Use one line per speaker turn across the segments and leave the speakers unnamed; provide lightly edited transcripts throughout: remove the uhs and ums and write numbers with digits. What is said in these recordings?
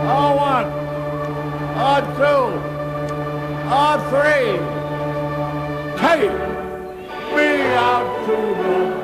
R1, R2, R3, take me out to the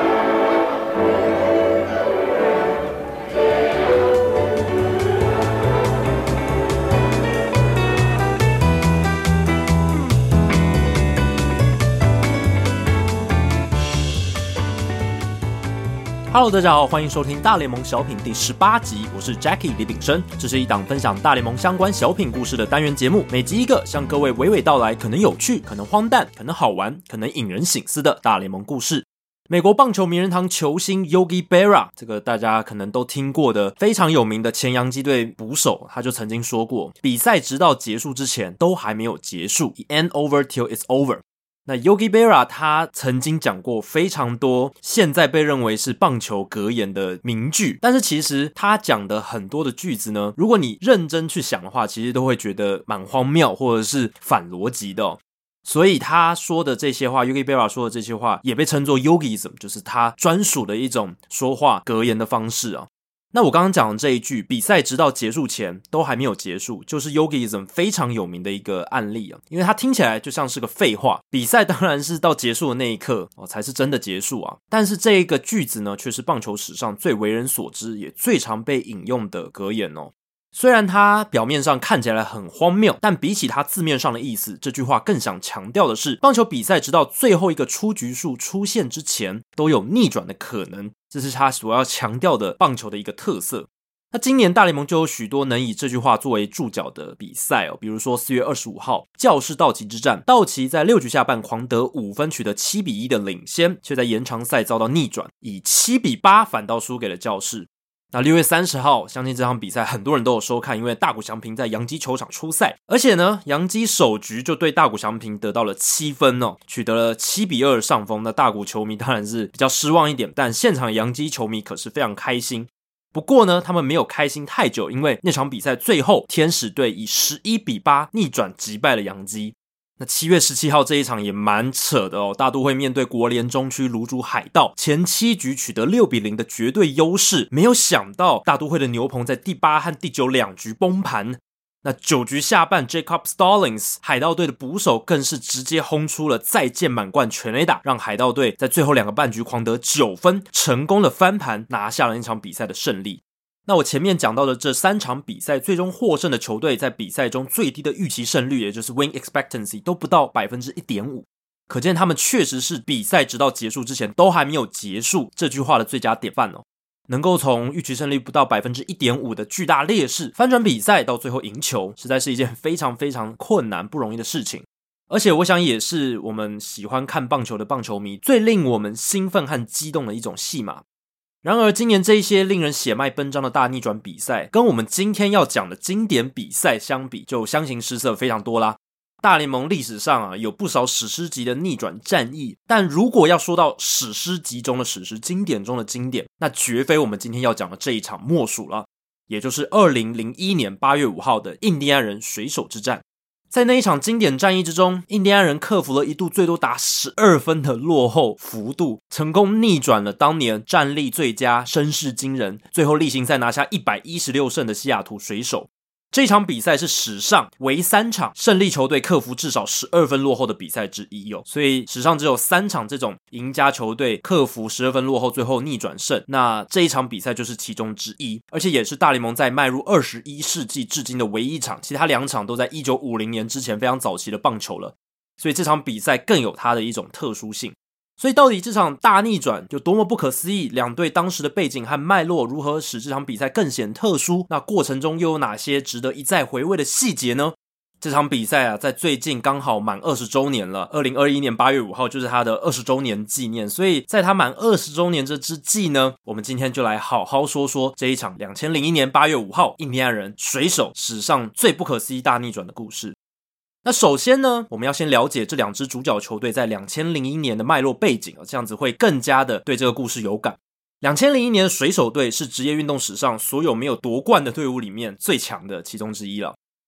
Hello， 大家好，欢迎收听大联盟小品第18集，我是 Jackie 李炳生。这是一档分享大联盟相关小品故事的单元节目，每集一个，向各位娓娓道来可能有趣、可能荒诞、可能好玩、可能引人省思的大联盟故事。美国棒球名人堂球星 Yogi Berra， 这个大家可能都听过的非常有名的前洋基队捕手，他就曾经说过，比赛直到结束之前都还没有结束 It ain't over till it's over。那 Yogi Berra 他曾经讲过非常多现在被认为是棒球格言的名句，但是其实他讲的很多的句子呢，如果你认真去想的话，其实都会觉得蛮荒谬或者是反逻辑的哦。所以他说的这些话 Yogi Berra 说的这些话也被称作 Yogism， 就是他专属的一种说话格言的方式啊。那我刚刚讲的这一句，比赛直到结束前都还没有结束，就是 Yogism 非常有名的一个案例啊，因为它听起来就像是个废话，比赛当然是到结束的那一刻才是真的结束啊，但是这一个句子呢，却是棒球史上最为人所知也最常被引用的格言哦。虽然它表面上看起来很荒谬，但比起它字面上的意思，这句话更想强调的是，棒球比赛直到最后一个出局数出现之前都有逆转的可能，这是他所要强调的棒球的一个特色。那今年大联盟就有许多能以这句话作为注脚的比赛哦，比如说4月25号教士道奇之战，道奇在6局下半狂得5分，取得7-1的领先，却在延长赛遭到逆转，以7-8反倒输给了教士。那6月30号，相信这场比赛很多人都有收看，因为大谷翔平在洋基球场出赛，而且呢，洋基首局就对大谷翔平得到了7分哦，取得了7-2的上风。那大谷球迷当然是比较失望一点，但现场洋基球迷可是非常开心。不过呢，他们没有开心太久，因为那场比赛最后天使队以11-8逆转击败了洋基。那7月17号这一场也蛮扯的哦，大都会面对国联中区芦竹海盗，前7局取得6-0的绝对优势，没有想到大都会的牛棚在第8和第9两局崩盘。那9局下半 Jacob Stallings 海盗队的捕手更是直接轰出了再见满贯全垒打，让海盗队在最后2个半局狂得9分，成功的翻盘，拿下了那场比赛的胜利。那我前面讲到的这3场比赛最终获胜的球队，在比赛中最低的预期胜率，也就是 win expectancy 都不到 1.5%， 可见他们确实是比赛直到结束之前都还没有结束这句话的最佳典范哦。能够从预期胜率不到 1.5% 的巨大劣势翻转比赛到最后赢球，实在是一件非常非常困难不容易的事情。而且我想也是我们喜欢看棒球的棒球迷最令我们兴奋和激动的一种戏码。然而今年这一些令人血脉奔张的大逆转比赛，跟我们今天要讲的经典比赛相比，就相形失色非常多啦。大联盟历史上有不少史诗级的逆转战役，但如果要说到史诗级中的史诗，经典中的经典，那绝非我们今天要讲的这一场莫属了，也就是2001年8月5号的印第安人水手之战。在那一场经典战役之中，印第安人克服了一度最多达12分的落后幅度，成功逆转了当年战力最佳、声势惊人，最后例行赛拿下116胜的西雅图水手。这场比赛是史上唯3场胜利球队克服至少12分落后的比赛之一哦，所以史上只有3场这种赢家球队克服12分落后最后逆转胜，那这一场比赛就是其中之一，而且也是大联盟在迈入21世纪至今的唯一一场，其他2场都在1950年之前非常早期的棒球了，所以这场比赛更有它的一种特殊性。所以到底这场大逆转有多么不可思议，两队当时的背景和脉络如何使这场比赛更显特殊，那过程中又有哪些值得一再回味的细节呢？这场比赛在最近刚好满20周年了，2021年8月5号就是它的20周年纪念，所以在它满20周年这之际呢，我们今天就来好好说说这一场2001年8月5号印第安人水手史上最不可思议大逆转的故事。那首先呢，我们要先了解这2支主角球队在2001年的脉络背景，这样子会更加的对这个故事有感。2001年的水手队是职业运动史上所有没有夺冠的队伍里面最强的其中之一了。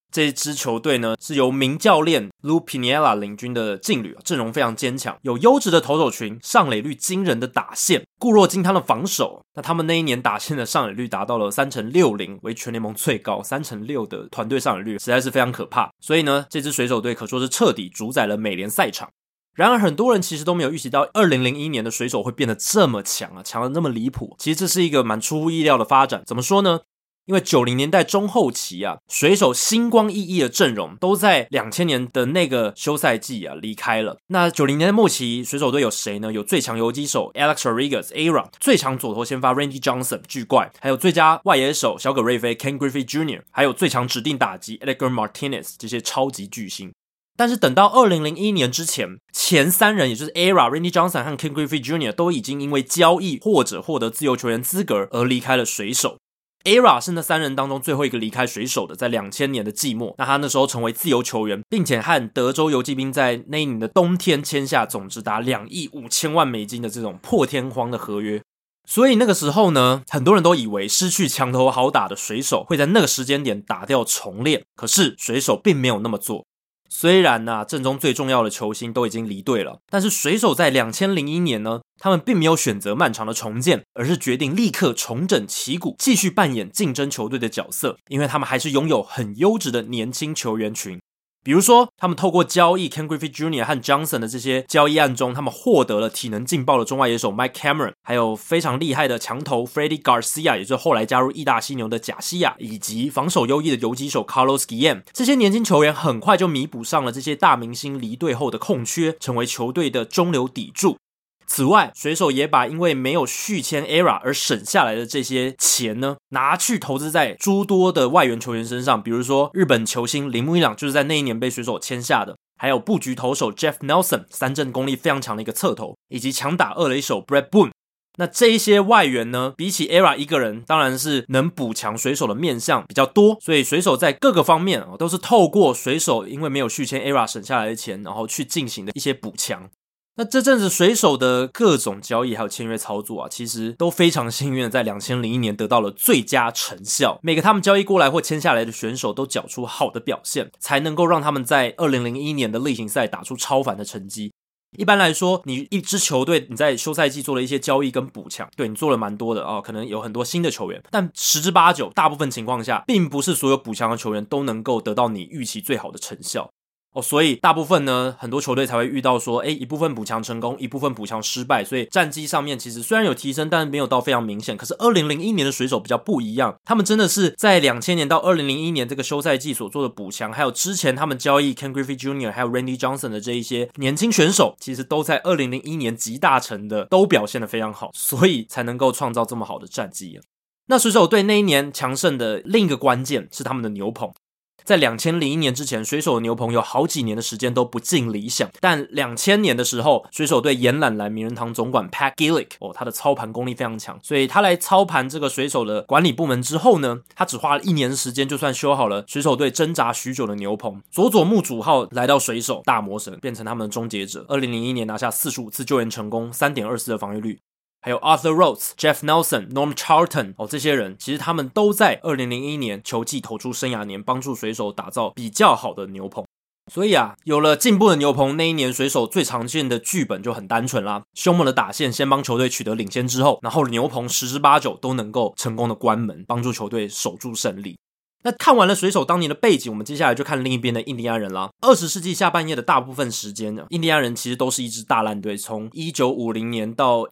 这支球队呢是由名教练 Lou Piniella 领军的劲旅，阵容非常坚强，有优质的投手群，上垒率惊人的打线，固若金汤的防守。那他们那一年打线的上垒率达到了3.60%，为全联盟最高，3.6%的团队上垒率实在是非常可怕。所以呢，这支水手队可说是彻底主宰了美联赛场。然而很多人其实都没有预期到2001年的水手会变得这么强啊，强得那么离谱。其实这是一个蛮出乎意料的发展。怎么说呢？因为90年代中后期啊，水手星光熠熠的阵容都在2000年的那个休赛季啊离开了。那90年代末期，水手队有谁呢？有最强游击手 Alex Rodriguez、Era， 最强左投先发 Randy Johnson 巨怪，还有最佳外野手小葛瑞菲 Ken Griffey Jr.， 还有最强指定打击 Edgar Martinez， 这些超级巨星。但是等到2001年之前，前三人也就是 Era、Randy Johnson 和 Ken Griffey Jr. 都已经因为交易或者获得自由球员资格而离开了水手。Era 是那三人当中最后一个离开水手的，在2000年的季末，那他那时候成为自由球员，并且和德州游骑兵在那一年的冬天签下总值达2亿5千万美金的这种破天荒的合约。所以那个时候呢，很多人都以为失去强投好打的水手会在那个时间点打掉重练，可是水手并没有那么做。虽然阵中最重要的球星都已经离队了，但是水手在2001年呢，他们并没有选择漫长的重建，而是决定立刻重整旗鼓，继续扮演竞争球队的角色，因为他们还是拥有很优质的年轻球员群。比如说，他们透过交易 Ken Griffey Jr. 和 Johnson 的这些交易案中，他们获得了体能劲爆的中外野手 Mike Cameron， 还有非常厉害的强投 Freddie Garcia， 也就是后来加入义大犀牛的贾西亚，以及防守优异的游击手 Carlos Guillen。这些年轻球员很快就弥补上了这些大明星离队后的空缺，成为球队的中流砥柱。此外，水手也把因为没有续签 Era 而省下来的这些钱呢，拿去投资在诸多的外援球员身上，比如说日本球星铃木一朗就是在那一年被水手签下的，还有布局投手 Jeff Nelson， 三振功力非常强的一个侧投，以及强打二垒手 Brett Boone。那这一些外援呢，比起 Era 一个人，当然是能补强水手的面向比较多，所以水手在各个方面都是透过水手因为没有续签 Era 省下来的钱，然后去进行的一些补强。那这阵子水手的各种交易还有签约操作其实都非常幸运的在2001年得到了最佳成效。每个他们交易过来或签下来的选手都缴出好的表现，才能够让他们在2001年的例行赛打出超凡的成绩。一般来说，你一支球队你在休赛季做了一些交易跟补强，对，你做了蛮多的可能有很多新的球员，但10之8九大部分情况下，并不是所有补强的球员都能够得到你预期最好的成效。所以大部分呢，很多球队才会遇到说，一部分补强成功，一部分补强失败，所以战绩上面其实虽然有提升，但没有到非常明显。可是2001年的水手比较不一样，他们真的是在2000年到2001年这个休赛季所做的补强，还有之前他们交易 Ken Griffey Jr. 还有 Randy Johnson 的这一些年轻选手，其实都在2001年集大成的，都表现得非常好，所以才能够创造这么好的战绩。那水手队那一年强盛的另一个关键是他们的牛棚。在2001年之前，水手的牛棚有好几年的时间都不尽理想，但2000年的时候，水手队延揽来名人堂总管 Pat Gillick， 他的操盘功力非常强，所以他来操盘这个水手的管理部门之后呢，他只花了1年的时间，就算修好了水手队挣扎许久的牛棚。佐佐木主浩来到水手，大魔神变成他们的终结者。2001年拿下45次救援成功， 3.24 的防御率。还有 Arthur Rhodes、Jeff Nelson、Norm Charlton 这些人，其实他们都在2001年球季投出生涯年，帮助水手打造比较好的牛棚。所以有了进步的牛棚，那一年水手最常见的剧本就很单纯啦，凶猛的打线先帮球队取得领先之后，然后牛棚10之8九都能够成功的关门，帮助球队守住胜利。那看完了水手当年的背景，我们接下来就看另一边的印第安人啦。20世纪下半叶的大部分时间，印第安人其实都是一支大烂队，从1950年到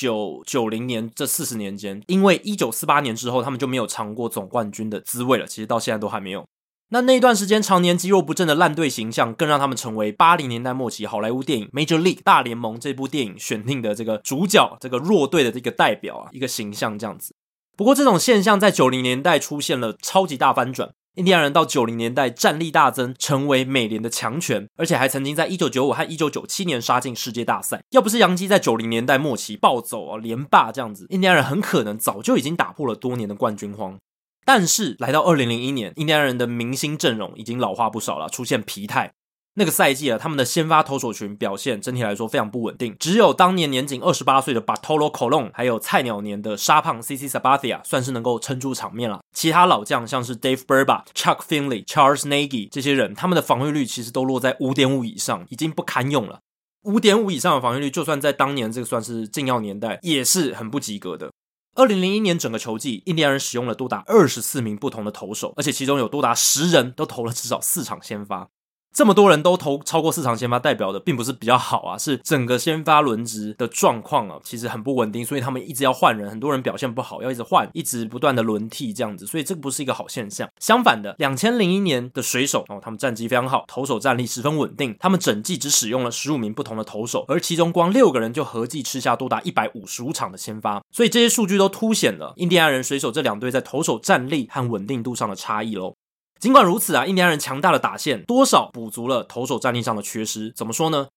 1990年这40年间，因为1948年之后他们就没有尝过总冠军的滋味了，其实到现在都还没有。那一段时间常年积弱不振的烂队形象，更让他们成为80年代末期好莱坞电影 Major League 大联盟这部电影选定的这个主角，这个弱队的这个代表一个形象这样子。不过这种现象在90年代出现了超级大翻转，印第安人到90年代战力大增，成为美联的强权，而且还曾经在1995和1997年杀进世界大赛。要不是洋基在90年代末期暴走连霸这样子，印第安人很可能早就已经打破了多年的冠军荒。但是来到2001年，印第安人的明星阵容已经老化不少了，出现疲态。 那个赛季啊，他们的先发投手群表现整体来说非常不稳定，只有当年年仅28岁的 Bartolo Colon 还有菜鸟年的沙胖 CC Sabathia 算是能够撑住场面了。其他老将像是 Dave Burba、Chuck Finley、Charles Nagy 这些人，他们的防御率其实都落在 5.5 以上，已经不堪用了。5.5 以上的防御率，就算在当年这个算是禁药年代，也是很不及格的。2001年整个球季，印第安人使用了多达24名不同的投手，而且其中有多达10人都投了至少4场先发。这么多人都投超过4场先发，代表的并不是比较好啊，是整个先发轮值的状况啊，其实很不稳定，所以他们一直要换人，很多人表现不好，要一直换，一直不断的轮替这样子，所以这不是一个好现象。相反的，2001年的水手他们战绩非常好，投手战力十分稳定，他们整季只使用了15名不同的投手，而其中光6个人就合计吃下多达155场的先发，所以这些数据都凸显了印第安人、水手这两队在投手战力和稳定度上的差异咯。尽管如此啊，印第安人强大的打线多少补足了投手战力上的缺失。怎么说呢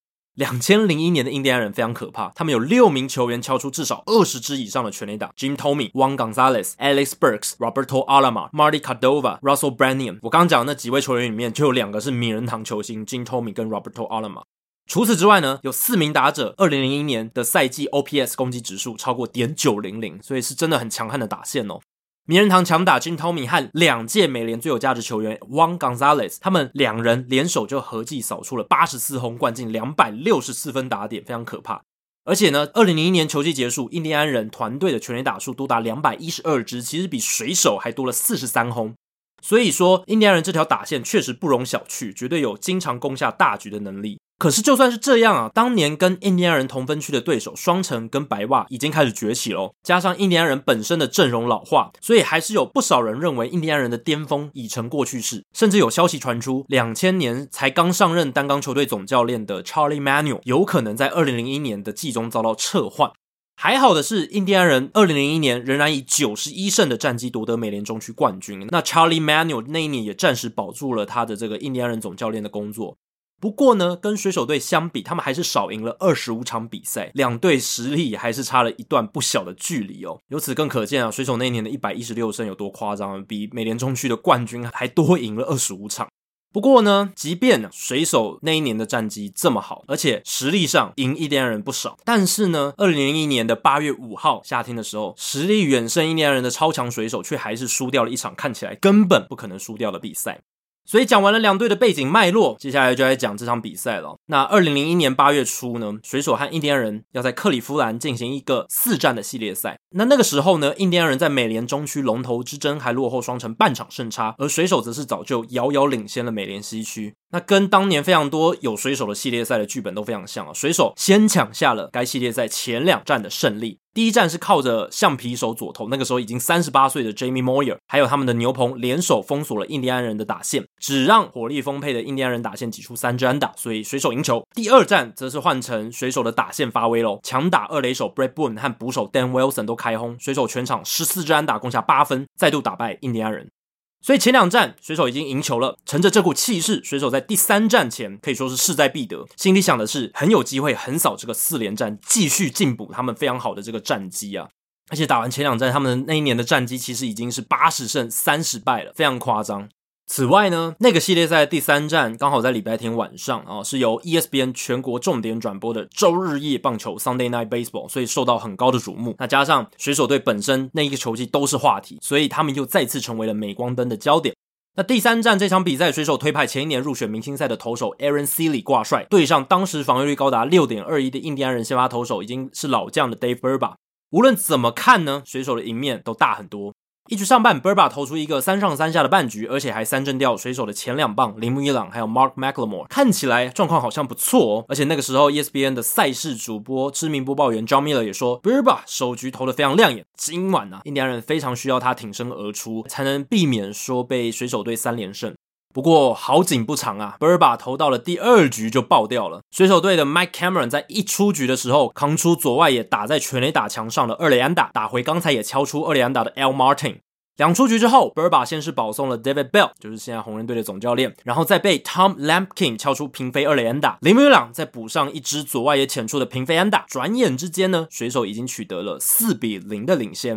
？2001年的印第安人非常可怕，他们有6名球员敲出至少20支以上的全垒打 Jim Thome、Juan Gonzalez、Alex Burks、Roberto Alomar、Marty Cordova、Russell Branyan。 我刚刚讲的那几位球员里面就有2个是名人堂球星 Jim Thome 跟 Roberto Alomar。除此之外呢，有4名打者2001年的赛季 OPS 攻击指数超过.900，所以是真的很强悍的打线哦。名人堂强打 Jim Thome 和2届美联最有价值球员 Juan Gonzalez， 他们2人联手就合计扫出了84轰，灌进264分打点，非常可怕。而且呢，2001年球季结束，印第安人团队的全垒打数多达212支，其实比水手还多了43轰。所以说，印第安人这条打线确实不容小觑，绝对有经常攻下大局的能力。可是就算是这样啊，当年跟印第安人同分区的对手双城跟白袜已经开始崛起咯，加上印第安人本身的阵容老化，所以还是有不少人认为印第安人的巅峰已成过去式。甚至有消息传出，2000年才刚上任单钢球队总教练的 Charlie Manuel 有可能在2001年的季中遭到撤换。还好的是，印第安人2001年仍然以91胜的战绩夺得美联中区冠军。那 Charlie Manuel 那一年也暂时保住了他的这个印第安人总教练的工作。不过呢，跟水手队相比，他们还是少赢了25场比赛，两队实力还是差了一段不小的距离哦。由此更可见啊，水手那一年的116胜有多夸张，比美联中区的冠军还多赢了25场。不过呢，即便水手那一年的战绩这么好，而且实力上赢印第安人不少，但是呢，2001年的8月5号夏天的时候，实力远胜印第安人的超强水手却还是输掉了一场看起来根本不可能输掉的比赛。所以讲完了两队的背景脉络，接下来就来讲这场比赛了。那2001年8月初呢，水手和印第安人要在克里夫兰进行一个4战的系列赛。那个时候呢，印第安人在美联中区龙头之争还落后双城半场胜差，而水手则是早就遥遥领先了美联西区。那跟当年非常多有水手的系列赛的剧本都非常像啊，水手先抢下了该系列赛前2战的胜利。第一战是靠着橡皮手左投，那个时候已经38岁的 Jamie Moyer 还有他们的牛棚联手封锁了印第安人的打线，只让火力丰沛的印第安人打线挤出3支安打，所以水手赢球。第二战则是换成水手的打线发威咯，强打二垒手 Brett Boone 和捕手 Dan Wilson 都开轰，水手全场14支安打攻下8分，再度打败印第安人。所以前2战水手已经赢球了，乘着这股气势，水手在第3战前可以说是势在必得，心里想的是很有机会横扫这个4连战，继续进补他们非常好的这个战绩啊。而且打完前2战，他们那一年的战绩其实已经是80胜30败了，非常夸张。此外呢，那个系列赛的第3战刚好在礼拜天晚上是由 ESPN 全国重点转播的周日夜棒球 Sunday Night Baseball， 所以受到很高的瞩目。那加上水手队本身那一个球季都是话题，所以他们又再次成为了镁光灯的焦点。那第3战这场比赛，水手推派前一年入选明星赛的投手 Aaron Seeley 挂帅，对上当时防御率高达 6.21 的印第安人先发投手已经是老将的 Dave Burba。 无论怎么看呢，水手的赢面都大很多。一局上半 Burba 投出一个3上3下的半局，而且还3振掉水手的前2棒铃木一朗还有 Mark McLemore， 看起来状况好像不错哦。而且那个时候 ESPN 的赛事主播知名播报员 John Miller 也说 Burba 首局投得非常亮眼，今晚印第安人非常需要他挺身而出，才能避免说被水手队3连胜。不过好景不长啊， Burba 投到了第2局就爆掉了。水手队的 Mike Cameron 在一出局的时候扛出左外野打在全垒打墙上的2垒安打，打回刚才也敲出2垒安打的 Al Martin。2出局之后 Burba 先是保送了 David Bell， 就是现在红人队的总教练，然后再被 Tom Lampkin 敲出平飞2垒安打，铃木一朗再补上一支左外野浅处的平飞安打。转眼之间呢，水手已经取得了4-0的领先。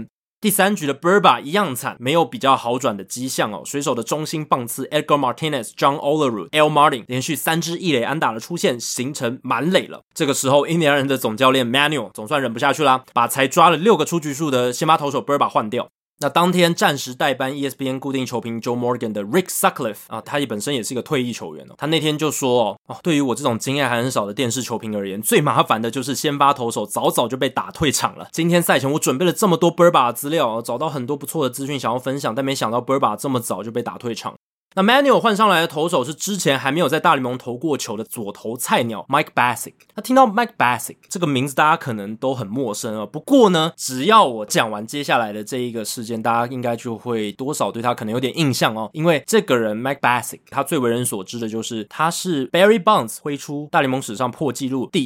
第3局的 Burba 一样惨，没有比较好转的迹象哦。水手的中心棒次 Edgar Martinez、John Olerud、L. Martin 连续3支一垒安打的出现，形成满垒了。这个时候，印第安人的总教练 Manuel 总算忍不下去啦，把才抓了6个出局数的先发投手 Burba 换掉。那当天暂时代班 ESPN 固定球评 Joe Morgan 的 Rick Sutcliffe 啊，他本身也是一个退役球员哦。他那天就说对于我这种经验还很少的电视球评而言，最麻烦的就是先发投手早早就被打退场了。今天赛前我准备了这么多 Burba 的资料，找到很多不错的资讯想要分享，但没想到 Burba 这么早就被打退场。那 Manuel 换上来的投手是之前还没有在大联盟投过球的左投菜鸟 Mike Bacsik。那听到 Mike Bacsik 这个名字大家可能都很陌生哦，不过呢，只要我讲完接下来的这一个事件，大家应该就会多少对他可能有点印象哦。因为这个人 Mike Bacsik 他最为人所知的就是他是 Barry Bonds 挥出大联盟史上破纪录第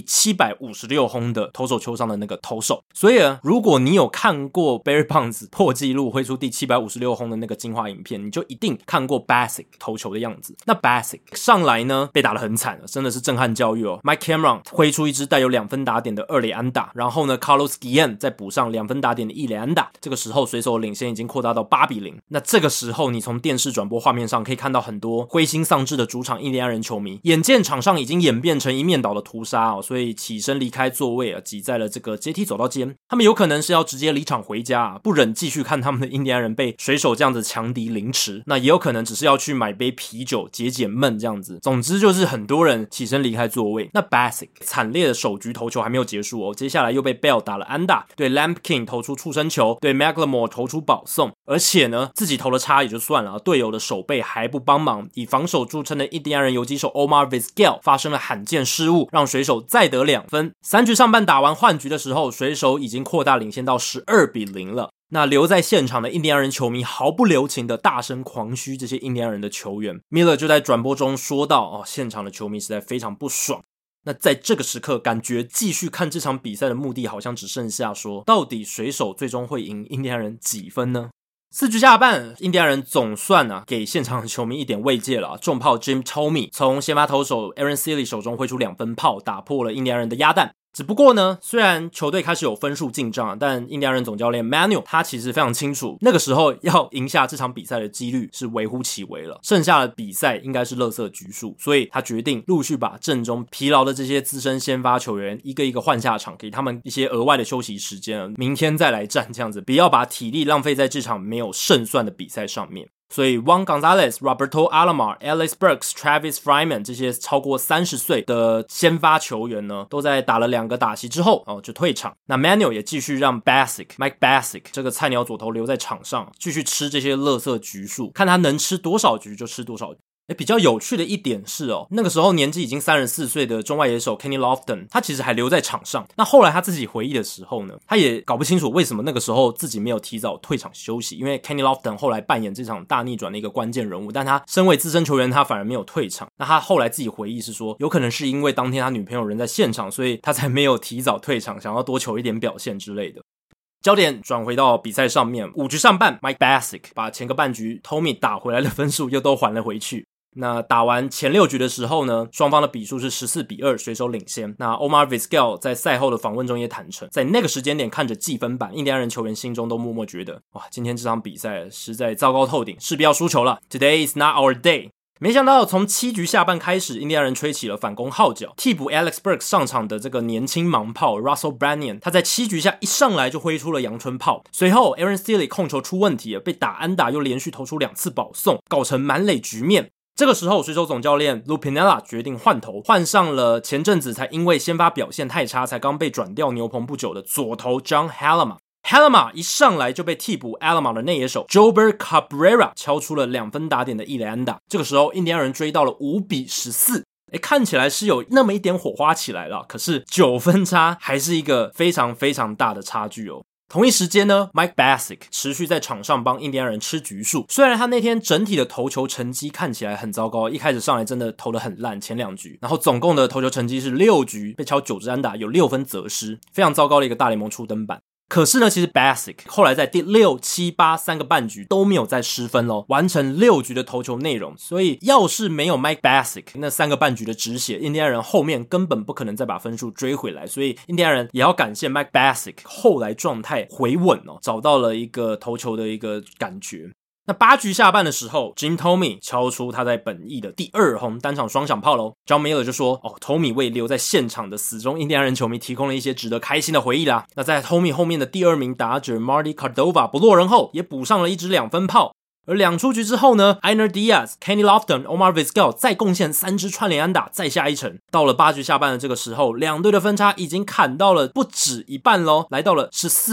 756轰的投手丘上的那个投手。所以如果你有看过 Barry Bonds 破纪录挥出第756轰的那个精华影片，你就一定看过 Bacsik投球的样子。那 Bacsik 上来呢被打得很惨了，真的是震撼教育哦。Mike Cameron 挥出一支带有2分打点的2垒安打，然后呢 Carlos Guillen 再补上2分打点的1垒安打。这个时候水手领先已经扩大到8-0。那这个时候你从电视转播画面上可以看到很多灰心丧志的主场印第安人球迷，眼见场上已经演变成一面倒的屠杀哦，所以起身离开座位挤在了这个阶梯走道间。他们有可能是要直接离场回家不忍继续看他们的印第安人被水手这样子强敌凌迟。那也有可能只是要去买杯啤酒解解闷这样子。总之就是很多人起身离开座位。那 Bacsik 惨烈的首局投球还没有结束哦，接下来又被 Bell 打了安打，对 Lampkin 投出触身球，对 McLemore 投出保送，而且呢自己投了差也就算了，队友的守备还不帮忙。以防守著称的印第安人游击手 Omar Vizquel 发生了罕见失误，让水手再得2分。3局上半打完换局的时候，水手已经扩大领先到12-0了。那留在现场的印第安人球迷毫不留情的大声狂嘘这些印第安人的球员。 Miller 就在转播中说到现场的球迷实在非常不爽。那在这个时刻，感觉继续看这场比赛的目的好像只剩下说，到底水手最终会赢印第安人几分呢？4局下半，印第安人总算给现场的球迷一点慰藉了。重炮 Jim Thome 从先发投手 Aaron Sele 手中挥出2分炮，打破了印第安人的鸭蛋。只不过呢，虽然球队开始有分数进账，但印第安人总教练 Manuel 他其实非常清楚，那个时候要赢下这场比赛的几率是微乎其微了，剩下的比赛应该是垃圾局数，所以他决定陆续把阵中疲劳的这些资深先发球员一个一个换下场，给他们一些额外的休息时间，明天再来战这样子，不要把体力浪费在这场没有胜算的比赛上面。所以 Juan Gonzalez、Roberto Alomar、Alex Burks、Travis Fryman 这些超过30岁的先发球员呢，都在打了2个打席之后就退场。那 Manuel 也继续让 Mike Bacsik 这个菜鸟左投留在场上，继续吃这些垃圾局数，看他能吃多少局就吃多少局。比较有趣的一点是那个时候年纪已经34岁的中外野手 Kenny Lofton 他其实还留在场上。那后来他自己回忆的时候呢，他也搞不清楚为什么那个时候自己没有提早退场休息，因为 Kenny Lofton 后来扮演这场大逆转的一个关键人物，但他身为资深球员他反而没有退场。那他后来自己回忆是说，有可能是因为当天他女朋友人在现场，所以他才没有提早退场，想要多求一点表现之类的。焦点转回到比赛上面，5局上半 Mike Bacsik 把前个半局 Thome 打回来的分数又都还了回去。那打完前6局的时候呢，双方的比数是14-2，水手领先。那 Omar Vizquel 在赛后的访问中也坦诚，在那个时间点看着计分板，印第安人球员心中都默默觉得，哇，今天这场比赛实在糟糕透顶，势必要输球了。 Today is not our day。没想到从7局下半开始，印第安人吹起了反攻号角。替补 Alex Burks 上场的这个年轻盲炮 Russell Branyan， 他在7局下一上来就挥出了阳春炮。随后 Aaron Sele 控球出问题，被打安打又连续投出2次保送，搞成满垒局面。这个时候水手总教练 Lou Piniella 决定换头，换上了前阵子才因为先发表现太差才刚被转调牛棚不久的左投 John Halama。Halama 一上来就被替补 Alomar 的内野手 Jobber Cabrera 敲出了2分打点的1垒安打。这个时候印第安人追到了5-14，看起来是有那么一点火花起来了，可是9分差还是一个非常非常大的差距哦。同一时间呢 Mike Bacsik 持续在场上帮印第安人吃局数。虽然他那天整体的投球成绩看起来很糟糕，一开始上来真的投得很烂，前2局，然后总共的投球成绩是6局被敲9支安打，有6分责失，非常糟糕的一个大联盟初登板。 可是呢，其实 Bassick 后来在第6、7、8三个半局都没有再失分咯，完成6局的投球内容。所以要是没有 Mike Bassick 那3个半局的止血，印第安人后面根本不可能再把分数追回来。所以印第安人也要感谢 Mike Bassick 后来状态回稳找到了一个投球的一个感觉。那8局下半的时候 Jim Thome 敲出他在本季的第2轰单场双响炮咯。 John Miller 就说Thome 为留在现场的死忠印第安人球迷提供了一些值得开心的回忆啦。那在 Thome 后面的第2名打者 Marty Cordova 不落人后，也补上了一支2分炮。而2出局之后呢， Einer Diaz、Kenny Lofton、Omar Vizquel 再贡献3支串联安打，再下一城。到了8局下半的这个时候，两队的分差已经砍到了不止一半咯，来到了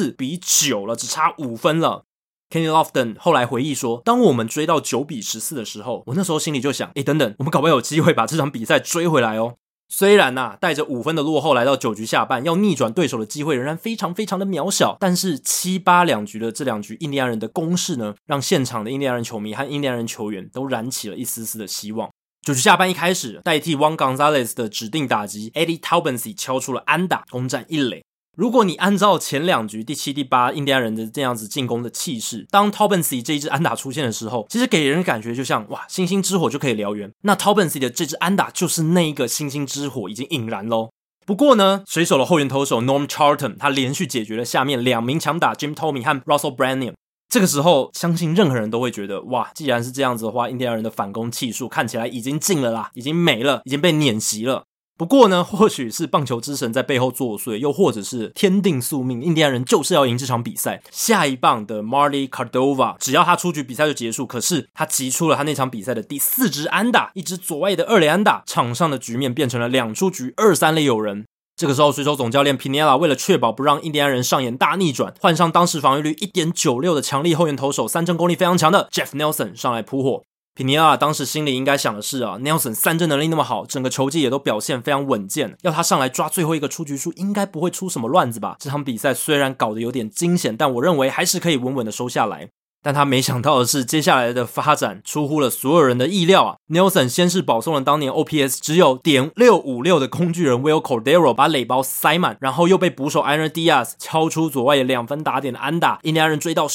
14-9了，只差5分了。Kenny Lofton 后来回忆说，当我们追到9-14的时候，我那时候心里就想，等等，我们搞不好有机会把这场比赛追回来哦。虽然带着5分的落后来到9局下半，要逆转对手的机会仍然非常非常的渺小，但是7、8两局的这2局印第安人的攻势呢，让现场的印第安人球迷和印第安人球员都燃起了一丝丝的希望。9局下半一开始，代替 Juan Gonzalez 的指定打击 Eddie Taubensee 敲出了安打，攻占1垒。如果你按照前2局第7、第8印第安人的这样子进攻的气势，当 Taubensee 这一支安打出现的时候，其实给人的感觉就像哇，星星之火就可以燎原。那 Taubensee 的这支安打就是那一个星星之火已经引燃咯。不过呢，水手的后援投手 Norm Charlton 他连续解决了下面2名强打 Jim Thome 和 Russell Branyan。这个时候相信任何人都会觉得，哇，既然是这样子的话，印第安人的反攻气数看起来已经尽了啦，已经没了，已经被碾熄了。不过呢，或许是棒球之神在背后作祟，又或者是天定宿命，印第安人就是要赢这场比赛。下一棒的 Marty Cordova 只要他出局，比赛就结束，可是他击出了他那场比赛的第4支安打，1支左外的2垒安打，场上的局面变成了2出局2、3垒有人。这个时候水手总教练 Piniella 为了确保不让印第安人上演大逆转，换上当时防御率 1.96 的强力后援投手，三振功力非常强的 Jeff Nelson 上来扑火。Piniella 当时心里应该想的是Nelson 三振能力那么好，整个球季也都表现非常稳健，要他上来抓最后一个出局数应该不会出什么乱子吧。这场比赛虽然搞得有点惊险，但我认为还是可以稳稳的收下来。但他没想到的是，接下来的发展出乎了所有人的意料Nelson 先是保送了当年 OPS 只有.656的工具人 Will Cordero 把垒包塞满，然后又被捕手 Einer Diaz 敲出左外野2分打点的安打，印第安人追到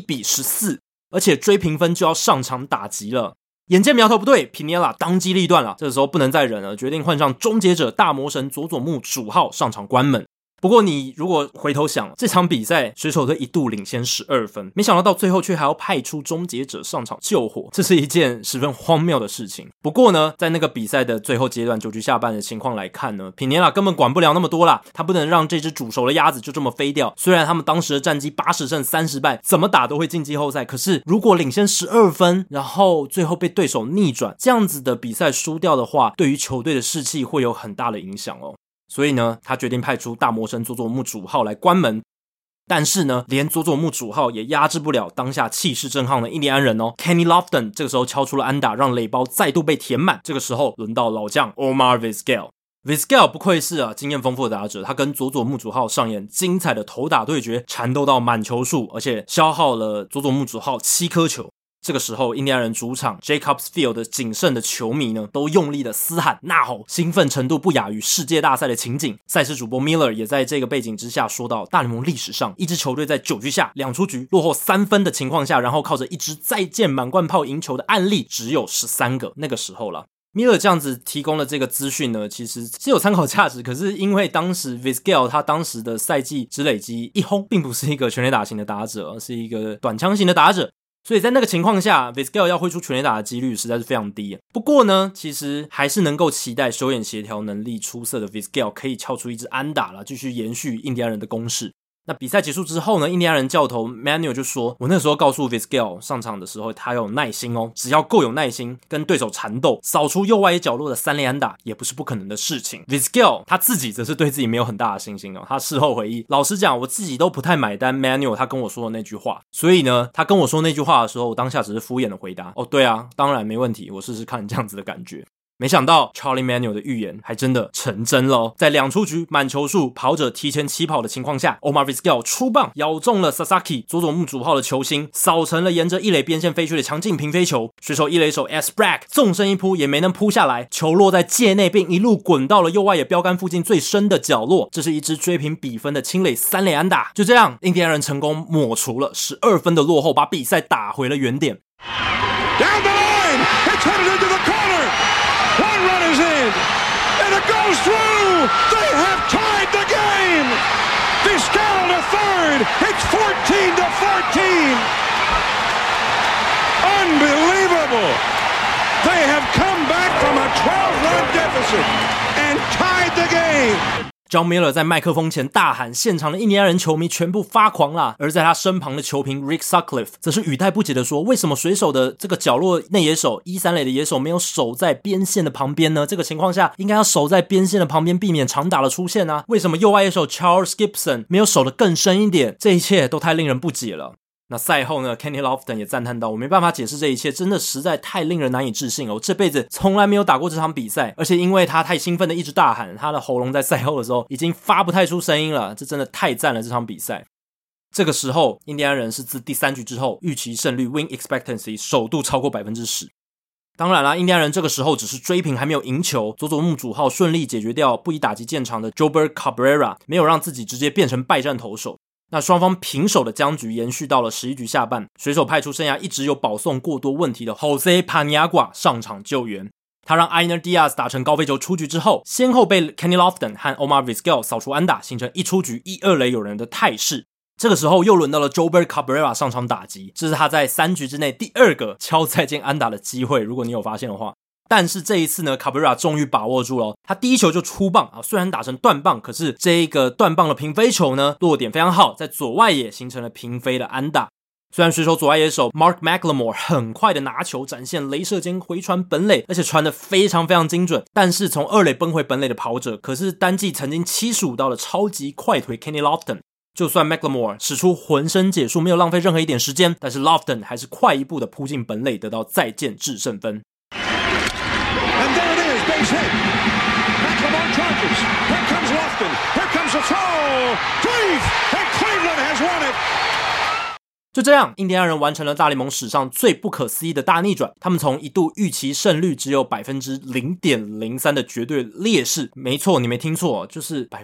11-14，而且追平分就要上场打击了。眼见苗头不对， Piniella 当机立断了，这个时候不能再忍了，决定换上终结者大魔神佐佐木主浩上场关门。不过你如果回头想，这场比赛水手队一度领先12分，没想到到最后却还要派出终结者上场救火，这是一件十分荒谬的事情。不过呢，在那个比赛的最后阶段9局下半的情况来看呢， Piniella 根本管不了那么多啦，他不能让这只煮熟的鸭子就这么飞掉。虽然他们当时的战绩80胜30败，怎么打都会进季后赛，可是如果领先12分，然后最后被对手逆转，这样子的比赛输掉的话，对于球队的士气会有很大的影响哦。所以呢，他决定派出大魔神佐佐木主浩来关门。但是呢，连佐佐木主浩也压制不了当下气势正夯的印第安人哦。Kenny Lofton 这个时候敲出了安打，让垒包再度被填满。这个时候轮到老将 Omar Vizquel。Vizquel 不愧是经验丰富的打者，他跟佐佐木主浩上演精彩的投打对决，缠斗到满球数，而且消耗了佐佐木主浩7颗球。这个时候印第安人主场 Jacobs Field 的谨慎的球迷呢，都用力的嘶喊呐吼，兴奋程度不亚于世界大赛的情景。赛事主播 Miller 也在这个背景之下说到，大联盟历史上一支球队在9局下2出局落后3分的情况下，然后靠着一支再见满贯炮赢球的案例只有13个，那个时候了。Miller 这样子提供的这个资讯呢，其实是有参考价值，可是因为当时 Vizquel 他当时的赛季只累积1轰，并不是一个全垒打型的打者，而是一个短枪型的打者，所以在那个情况下 Vizquel 要挥出全垒打的几率实在是非常低。不过呢，其实还是能够期待手眼协调能力出色的 Vizquel 可以敲出一支安打啦，继续延续印第安人的攻势。那比赛结束之后呢，印第安人教头 Manuel 就说，我那时候告诉 Vizquel 上场的时候他要有耐心哦，只要够有耐心跟对手缠斗，扫出右外野角落的3垒安打也不是不可能的事情。 Vizquel 他自己则是对自己没有很大的信心哦，他事后回忆，老实讲我自己都不太买单 Manuel 他跟我说的那句话，所以呢他跟我说那句话的时候，我当下只是敷衍的回答，哦对啊，当然没问题，我试试看，这样子的感觉。 没想到 Charlie Manuel 的预言还真的成真了在2出局满球数跑者提前起跑的情况下 Omar Vizquel 出棒咬中了 Sasaki 佐佐木主炮的球心，扫成了沿着一垒边线飞去的强劲平飞球。水手一垒手 S. Bragg 纵身一扑也没能扑下来，球落在界内并一路滚到了右外野标杆附近最深的角落，这是一支追平比分的清垒3垒安打。就这样，印第安人成功抹除了12分的落后，把比赛打回了原点。
Down the line, it's headed into the corner. One run is in, and it goes through. They have tied the game. Vizquel to third. It's 14-14. Unbelievable. They have come back from a 12-run deficit and tied the game.
John Miller 在麦克风前大喊，现场的印第安人球迷全部发狂啦。而在他身旁的球评 Rick Sutcliffe 则是语带不解的说，为什么水手的这个角落内野手1-3垒的野手没有守在边线的旁边呢？这个情况下应该要守在边线的旁边，避免长打的出现啊。为什么右外野手 Charles Gibson 没有守得更深一点？这一切都太令人不解了。那赛后呢 Kenny Lofton 也赞叹到，我没办法解释这一切，真的实在太令人难以置信了，我这辈子从来没有打过这场比赛，而且因为他太兴奋的一直大喊，他的喉咙在赛后的时候已经发不太出声音了，这真的太赞了这场比赛。这个时候印第安人是自第3局之后预期胜率 win expectancy 首度超过 10%。 当然啦，印第安人这个时候只是追平还没有赢球，佐佐木主浩顺利解决掉不以打击见长的 Jobert Cabrera， 没有让自己直接变成败战投手。那双方平手的僵局延续到了11局下半，水手派出生涯一直有保送过多问题的 Jose Paniagua 上场救援，他让 Einer Diaz 打成高飞球出局之后，先后被 Kenny Lofton 和 Omar Vizquel 扫除安打，形成1出局1、2垒有人的态势。这个时候又轮到了 Jobert Cabrera 上场打击，这是他在3局之内第2个敲再见安打的机会，如果你有发现的话。但是这一次呢 Cabrera 终于把握住了，他第一球就出棒啊，虽然打成断棒，可是这一个断棒的平飞球呢落点非常好，在左外野形成了平飞的安打。虽然水手左外野手 Mark McLemore 很快的拿球展现雷射间回传本垒，而且传得非常非常精准，但是从2垒奔回本垒的跑者可是单季曾经75到了超级快腿 Kenny Lofton。就算 McLemore 使出浑身解数，没有浪费任何一点时间，但是 Lofton 还是快一步的扑进本垒，得到再见制胜分。
And there it is, base hit. McLemore charges. Here comes Lofton. Here comes the throw. Deep, and Cleveland has won it.
就这样，印第安人完成了大联盟史上最不可思议的大逆转。他们从一度预期胜率只有 0.03% 的绝对劣势，没错，你没听错，就是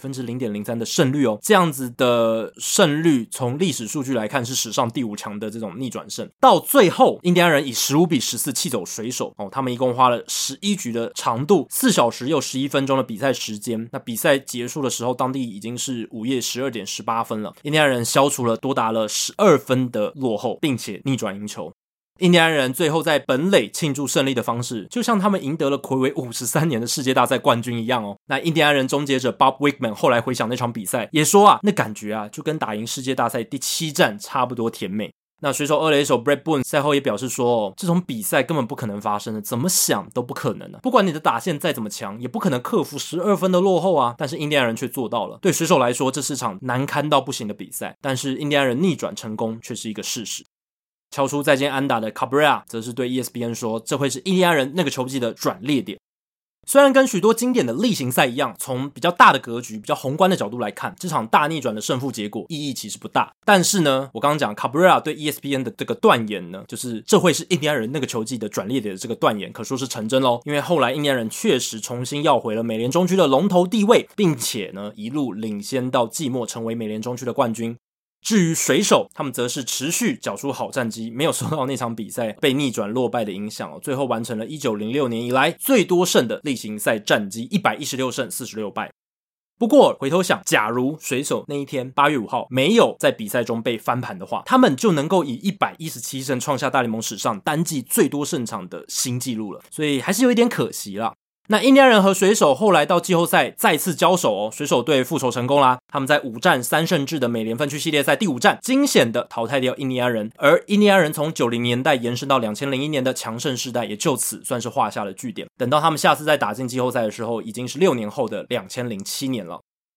0.03% 的胜率哦。这样子的胜率从历史数据来看是史上第5强的这种逆转胜。到最后，印第安人以15-14气走水手哦，他们一共花了11局的长度，4小时又11分钟的比赛时间。那比赛结束的时候，当地已经是午夜12点18分了。印第安人消除了多达了12分的落后，并且逆转赢球。印第安人最后在本垒庆祝胜利的方式，就像他们赢得了睽违53年的世界大赛冠军一样哦。那印第安人终结者 Bob Wickman 后来回想那场比赛，也说啊，那感觉啊，就跟打赢世界大赛第7战差不多甜美。那水手2垒手 Brett Boone 赛后也表示说，这种比赛根本不可能发生的，怎么想都不可能啊！不管你的打线再怎么强，也不可能克服12分的落后啊！但是印第安人却做到了。对水手来说，这是场难堪到不行的比赛，但是印第安人逆转成功却是一个事实。敲出再见安打的 Cabrera 则是对 ESPN 说，这会是印第安人那个球季的转捩点。虽然跟许多经典的例行赛一样，从比较大的格局、比较宏观的角度来看，这场大逆转的胜负结果意义其实不大。但是呢，我刚刚讲 Cabrera 对 ESPN 的这个断言呢，就是这会是印第安人那个球季的转捩点的这个断言，可说是成真咯。因为后来印第安人确实重新要回了美联中区的龙头地位，并且呢，一路领先到季末成为美联中区的冠军。至于水手，他们则是持续缴出好战绩，没有受到那场比赛被逆转落败的影响，最后完成了1906年以来最多胜的例行赛战绩，116胜46败。不过回头想，假如水手那一天8月5号没有在比赛中被翻盘的话，他们就能够以117胜创下大联盟史上单季最多胜场的新纪录了，所以还是有一点可惜啦。那印第安人和水手后来到季后赛再次交手哦，水手队复仇成功啦，他们在5战3胜制的美联分区系列赛第5战惊险的淘汰掉印第安人，而印第安人从90年代延伸到2001年的强盛世代也就此算是画下了句点。等到他们下次再打进季后赛的时候，已经是6年后的2007年了。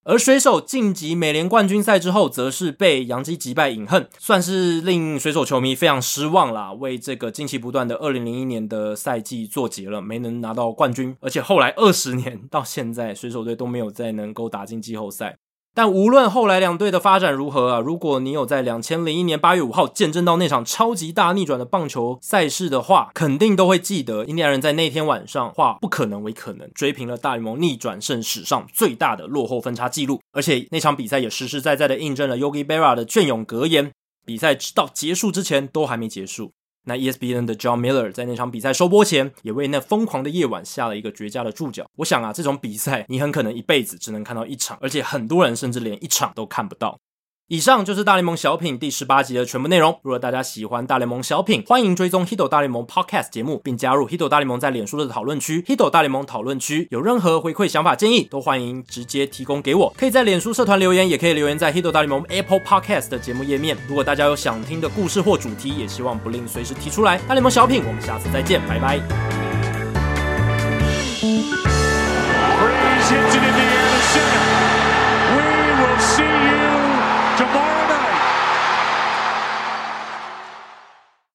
而水手晋级美联冠军赛之后，则是被洋基击败饮恨，算是令水手球迷非常失望啦，为这个惊奇不断的2001年的赛季作结了，没能拿到冠军，而且后来20年到现在，水手队都没有再能够打进季后赛。但无论后来两队的发展如何啊，如果你有在2001年8月5号见证到那场超级大逆转的棒球赛事的话，肯定都会记得印第安人在那天晚上化不可能为可能，追平了大联盟逆转胜史上最大的落后分差纪录。而且那场比赛也实实在在的印证了 Yogi Berra 的隽永格言，比赛到结束之前都还没结束。那 ESPN 的 John Miller 在那场比赛收播前也为那疯狂的夜晚下了一个绝佳的注脚。我想啊，这种比赛你很可能一辈子只能看到一场，而且很多人甚至连一场都看不到。以上就是大联盟小品第18集的全部内容。如果大家喜欢大联盟小品，欢迎追踪 Hito 大联盟 Podcast 节目，并加入 Hito 大联盟在脸书的讨论区 Hito 大联盟讨论区。有任何回馈想法建议都欢迎直接提供给我，可以在脸书社团留言，也可以留言在 Hito 大联盟 Apple Podcast 的节目页面。如果大家有想听的故事或主题，也希望不吝随时提出来。大联盟小品，我们下次再见，拜拜。
Breeze hits it in the air to center. We will see you